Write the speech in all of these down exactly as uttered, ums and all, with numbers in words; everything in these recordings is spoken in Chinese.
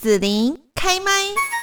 子琳开麦。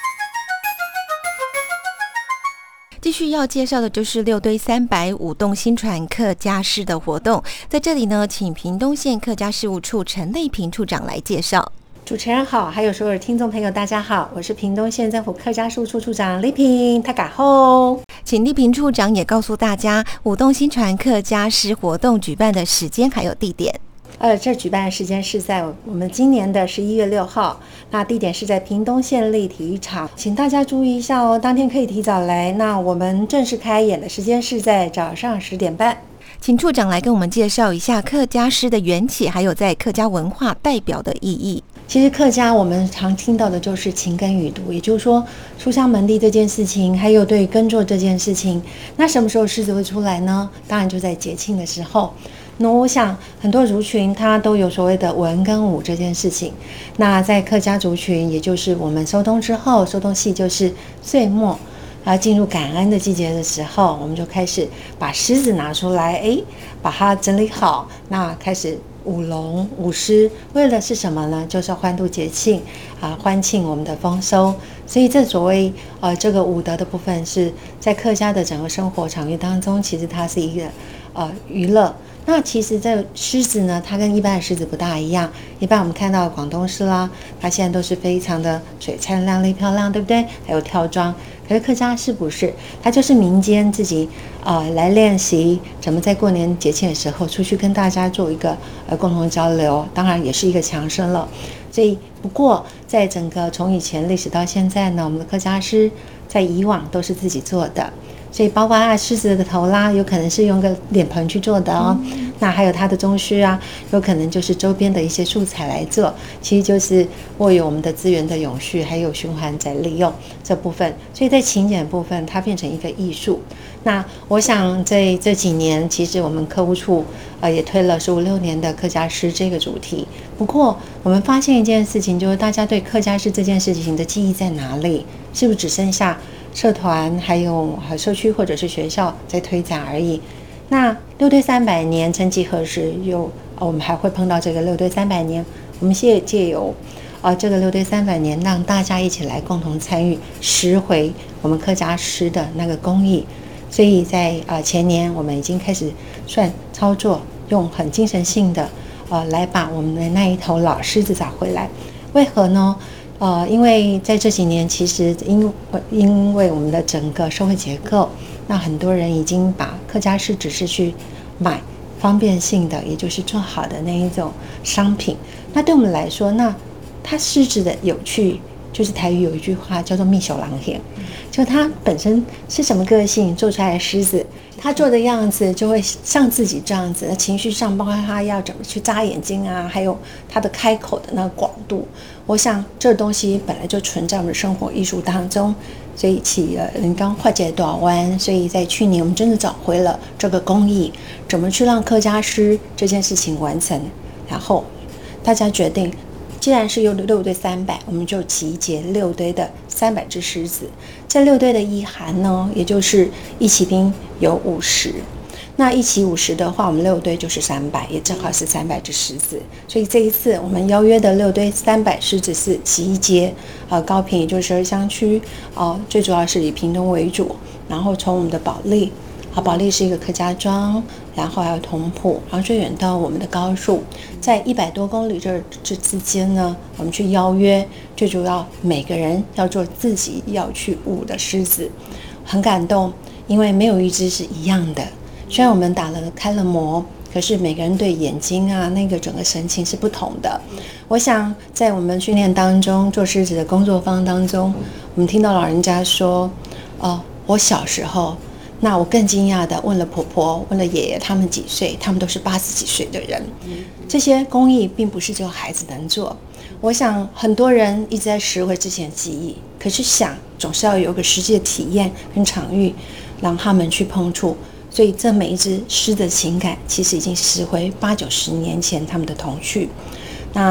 继续要介绍的就是六堆三百舞动薪传客家诗的活动，在这里呢，请屏东县客家事务处陈类平处长来介绍。 主持人好，还有所有的听众朋友大家好，我是屏东县政府客家事务处处长丽萍，大家好。 请丽萍处长也告诉大家舞动薪传客家诗活动举办的时间还有地点。 呃，这举办的时间是在我们今年的十一月六号，那地点是在屏东县立体育场，请大家注意一下哦，当天可以提早来。那我们正式开演的时间是在早上十点半。 请处长来跟我们介绍一下客家诗的缘起，还有在客家文化代表的意义。 其实客家我们常听到的就是勤耕雨读，也就是说书香门第这件事情，还有对耕作这件事情。那什么时候狮子会出来呢？当然就在节庆的时候。那我想很多族群它都有所谓的文跟武这件事情。那在客家族群，也就是我们收冬之后，收冬季就是岁末，然后进入感恩的季节的时候，我们就开始把狮子拿出来，哎，把它整理好，那开始舞龙舞狮，为了是什么呢？就是要欢度节庆啊，欢庆我们的丰收。所以这所谓呃这个舞德的部分，是在客家的整个生活场域当中，其实它是一个呃娱乐。那其实这狮子呢，它跟一般的狮子不大一样。一般我们看到广东狮啦，它现在都是非常的璀璨亮丽漂亮，对不对？还有跳装。可是客家狮不是，它就是民间自己呃来练习怎么在过年节庆的时候出去跟大家做一个呃共同交流，当然也是一个强声了。所以不过在整个从以前历史到现在呢，我们的客家狮在以往都是自己做的。所以包括它的狮子的头啦，有可能是用个脸盆去做的哦。嗯、那还有它的中须啊，有可能就是周边的一些素材来做，其实就是为我们的资源的永续还有循环在利用这部分。所以在勤俭部分，它变成一个艺术。那我想在这几年，其实我们客户处呃也推了十五六年的客家诗这个主题。不过我们发现一件事情，就是大家对客家诗这件事情的记忆在哪里？是不是只剩下社团还有社区或者是学校在推展而已？那六堆三百年，曾几何时有、哦、我们还会碰到这个六堆三百年。我们现在借由呃这个六堆三百年，让大家一起来共同参与拾回我们客家诗的那个工艺。所以在呃前年，我们已经开始算操作，用很精神性的呃来把我们的那一头老狮子找回来。为何呢？呃，因为在这几年，其实因因为我们的整个社会结构，那很多人已经把客家诗只是去买方便性的，也就是做好的那一种商品。那对我们来说，那它狮子的有趣，就是台语有一句话叫做"蜜手狼眼"，就它本身是什么个性，做出来的狮子，他做的样子就会像自己这样子，情绪上包括他要怎么去眨眼睛啊，还有他的开口的那个广度。我想这东西本来就存在我们的生活艺术当中，所以起了人刚化解多少弯，所以在去年我们真的找回了这个工艺，怎么去让客家诗这件事情完成。然后大家决定，既然是有六堆三百，我们就集结六堆的三百只狮子。这六堆的意涵呢，也就是一骑兵有五十，那一骑五十的话，我们六堆就是三百，也正好是三百只狮子。所以这一次我们邀约的六堆三百狮子是集结呃高屏，也就是十二乡区，呃最主要是以屏东为主，然后从我们的保利。啊，保利是一个客家庄，然后还有同埔，然后最远到我们的高树，在一百多公里这这之间呢，我们去邀约，最主要每个人要做自己要去舞的狮子，很感动，因为没有一只是一样的。虽然我们打了开了模，可是每个人对眼睛啊那个整个神情是不同的。我想在我们训练当中，做狮子的工作坊当中，我们听到老人家说，哦，我小时候。那我更惊讶的问了婆婆，问了爷爷，他们几岁？他们都是八十几岁的人。这些工艺并不是只有孩子能做。我想很多人一直在拾回之前的记忆，可是想总是要有个实际的体验跟场域，让他们去碰触。所以这每一只狮的情感，其实已经拾回八九十年前他们的童趣。那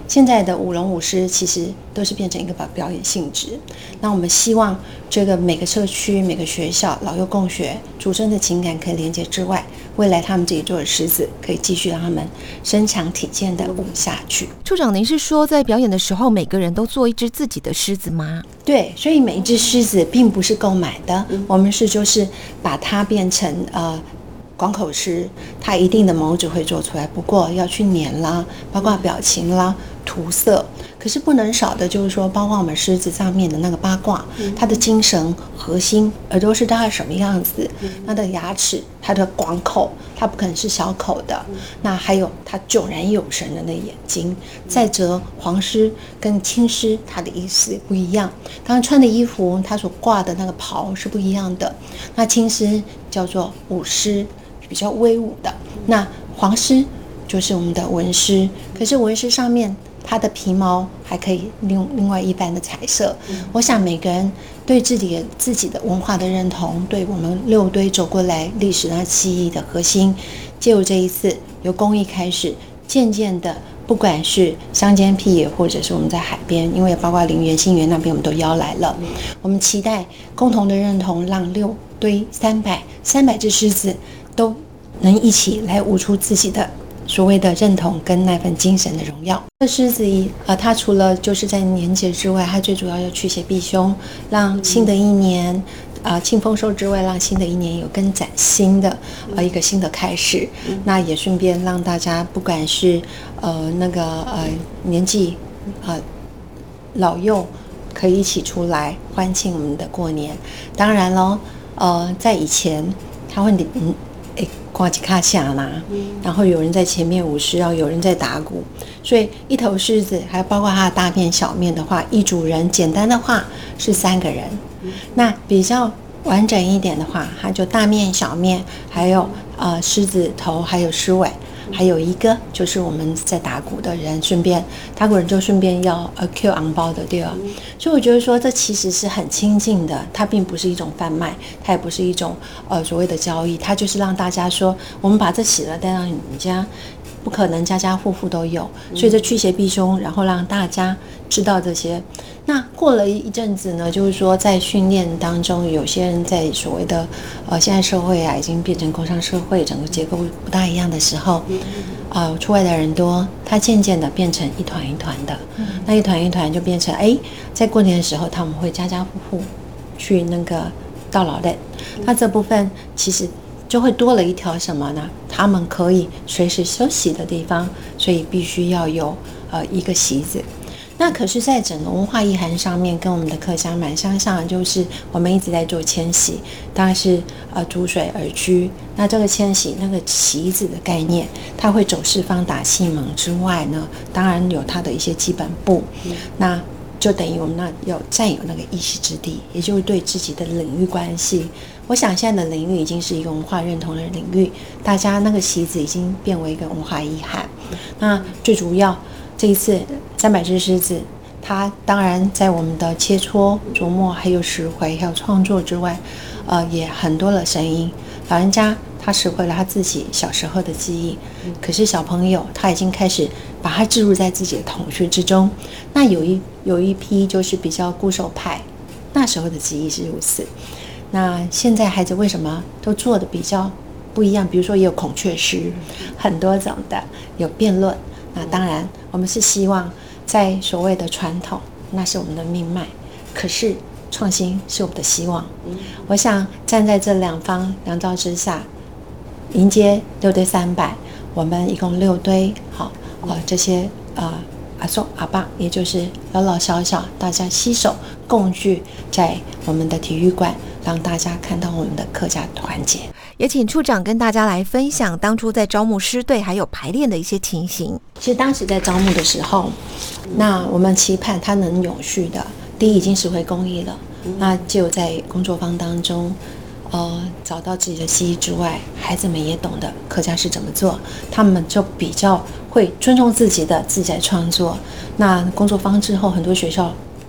现在的舞龙舞狮其实都是变成一个表演性质。那我们希望这个每个社区、每个学校老幼共学，主生的情感可以连接之外，未来他们这一座的狮子可以继续让他们身强体健的舞下去。 处长，您是说在表演的时候，每个人都做一只自己的狮子吗？ 对，所以每一只狮子并不是购买的，嗯、我们是就是把它变成呃。广口狮，它一定的模子会做出来，不过要去粘啦，包括表情啦、涂色。可是不能少的就是说，包括我们狮子上面的那个八卦，它的精神核心，耳朵是大概什么样子，它的牙齿，它的广口，它不可能是小口的。那还有它炯然有神的那眼睛。再者，黄狮跟青狮它的意思不一样，刚刚穿的衣服，它所挂的那个袍是不一样的。那青狮叫做舞狮，比较威武的。那黄狮就是我们的文狮，可是文狮上面它的皮毛还可以另另外一般的彩色。嗯、我想每个人对自己的自己的文化的认同，对我们六堆走过来历史和记忆的核心，借由这一次由公益开始，渐渐的，不管是乡间僻野，或者是我们在海边，因为包括林园、新园那边我们都邀来了。嗯、我们期待共同的认同，让六堆三百三百只狮子都能一起来舞出自己的所谓的认同跟那份精神的荣耀。这狮子呃，它除了就是在年节之外，它最主要要驱邪避凶，让新的一年啊、呃、庆丰收之外，让新的一年有更崭新的呃一个新的开始。那也顺便让大家不管是呃那个呃年纪呃老幼可以一起出来欢庆我们的过年。当然咯，呃在以前他会嗯。挂起卡下啦，然后有人在前面舞狮，然后有人在打鼓，所以一头狮子还包括它的大面小面的话，一组人简单的话是三个人，那比较完整一点的话，它就大面小面，还有呃狮子头，还有狮尾，还有一个就是我们在打鼓的人，顺便打鼓人就顺便要呃 Q 昂包的，对吧？所以我觉得说这其实是很亲近的，它并不是一种贩卖，它也不是一种呃所谓的交易，它就是让大家说我们把这喜乐带到你们家，不可能家家户户都有，所以这驱邪避凶，然后让大家知道这些。那过了一阵子呢，就是说在训练当中，有些人在所谓的呃现在社会啊已经变成工商社会，整个结构不大一样的时候，呃出外的人多，它渐渐的变成一团一团的，那一团一团就变成哎，在过年的时候他们会家家户户去那个到老人，那这部分其实就会多了一条什么呢？他们可以随时休息的地方，所以必须要有呃一个席子。那可是，在整个文化意涵上面，跟我们的客家蛮相像的，就是我们一直在做迁徙，当然是呃逐水而居。那这个迁徙，那个旗子的概念，它会走四方打气门之外呢，当然有它的一些基本步，嗯、那就等于我们那有占有那个一席之地，也就是对自己的领域关系。我想现在的领域已经是一个文化认同的领域，大家那个席子已经变为一个文化意涵。那最主要。这一次三百只狮子，它当然在我们的切磋、琢磨，还有拾回，还有创作之外，呃，也很多的声音。老人家他拾回了他自己小时候的记忆，可是小朋友他已经开始把它置入在自己的统绪之中。那有一有一批就是比较固守派，那时候的记忆是如此。那现在孩子为什么都做的比较不一样？比如说也有孔雀狮，很多种的，有辩论。那当然我们是希望在所谓的传统，那是我们的命脉，可是创新是我们的希望。我想站在这两方两造之下，迎接六堆三百，我们一共六堆，好呃这些呃阿宋阿爸，也就是老老小小，大家携手共聚在我们的体育馆，让大家看到我们的客家团结。 也请处长跟大家来分享当初在招募狮队还有排练的一些情形。 其实当时在招募的时候，那我们期盼它能永续的，第一已经拾回公益了，那就在工作坊当中呃，找到自己的记忆之外，孩子们也懂得客家是怎么做，他们就比较会尊重自己的自己在创作。那工作坊之后，很多学校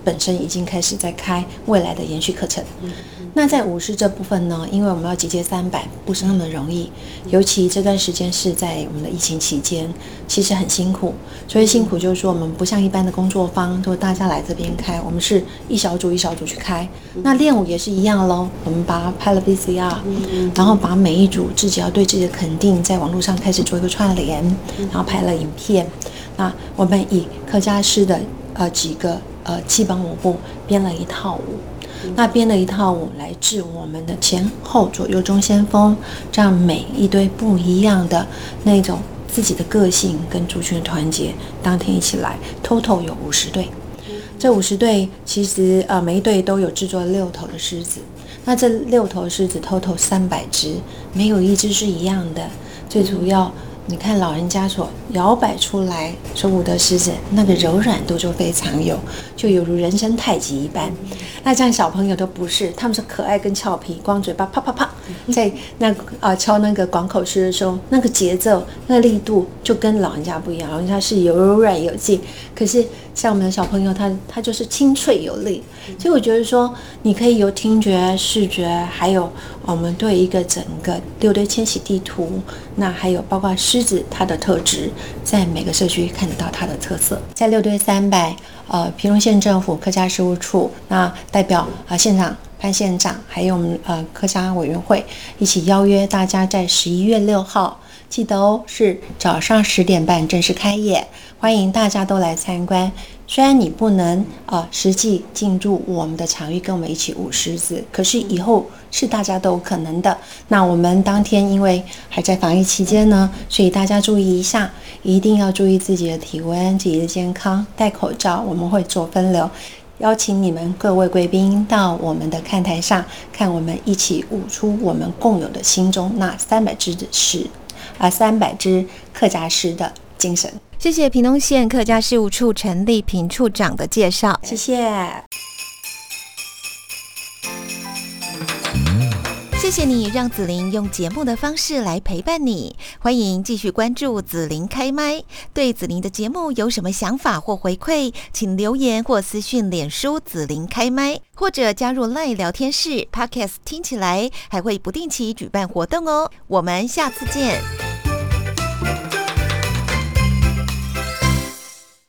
本身已经开始在开未来的延续课程。那在舞狮这部分呢，因为我们要集结三百，不是那么容易，尤其这段时间是在我们的疫情期间，其实很辛苦。所以辛苦就是说，我们不像一般的工作坊，都大家来这边开，我们是一小组一小组去开。那练舞也是一样咯，我们把它拍了 V C R， 然后把每一组自己要对自己的肯定，在网络上开始做一个串联，然后拍了影片。那我们以客家诗的呃几个呃基本舞步编了一套舞。那编了一套舞来治我们的前后左右中先锋，这样每一堆不一样的那种自己的个性跟族群的团结，当天一起来 ，total 有五十队。这五十队其实呃每一队都有制作六头的狮子，那这六头狮子 total 三百只，没有一只是一样的。最主要，你看老人家所摇摆出来所舞的狮子，那个柔软度就非常有，就犹如人生太极一般。那这样小朋友都不是，他们是可爱跟俏皮，光嘴巴啪啪啪，在那呃敲那个广口狮的时候，那个节奏、那个力度就跟老人家不一样。老人家是有柔软有劲，可是像我们的小朋友，他他就是清脆有力。所以我觉得说，你可以有听觉、视觉，还有我们对一个整个六堆迁徙地图，那还有包括狮子它的特质，在每个社区看得到它的特色。在六堆三百，呃，屏东县政府客家事务处，那代表呃县长潘县长，还有我们呃客家委员会一起邀约大家，在十一月六号，记得哦，是早上十点半正式开业，欢迎大家都来参观。虽然你不能呃实际进入我们的场域跟我们一起舞狮子，可是以后是大家都有可能的。那我们当天因为还在防疫期间呢，所以大家注意一下，一定要注意自己的体温、自己的健康，戴口罩，我们会做分流。邀请你们各位贵宾到我们的看台上，看我们一起舞出我们共有的心中那三百只的狮，啊，三百只客家狮的精神。 谢谢屏东县客家事务处陈丽萍处长的介绍， 谢谢。 谢谢你让子琳用节目的方式来陪伴你，欢迎继续关注子琳开麦。对子琳的节目有什么想法或回馈，请留言或私讯脸书子琳开麦，或者加入 LINE 聊天室 Podcast 听起来还会不定期举办活动哦。我们下次见。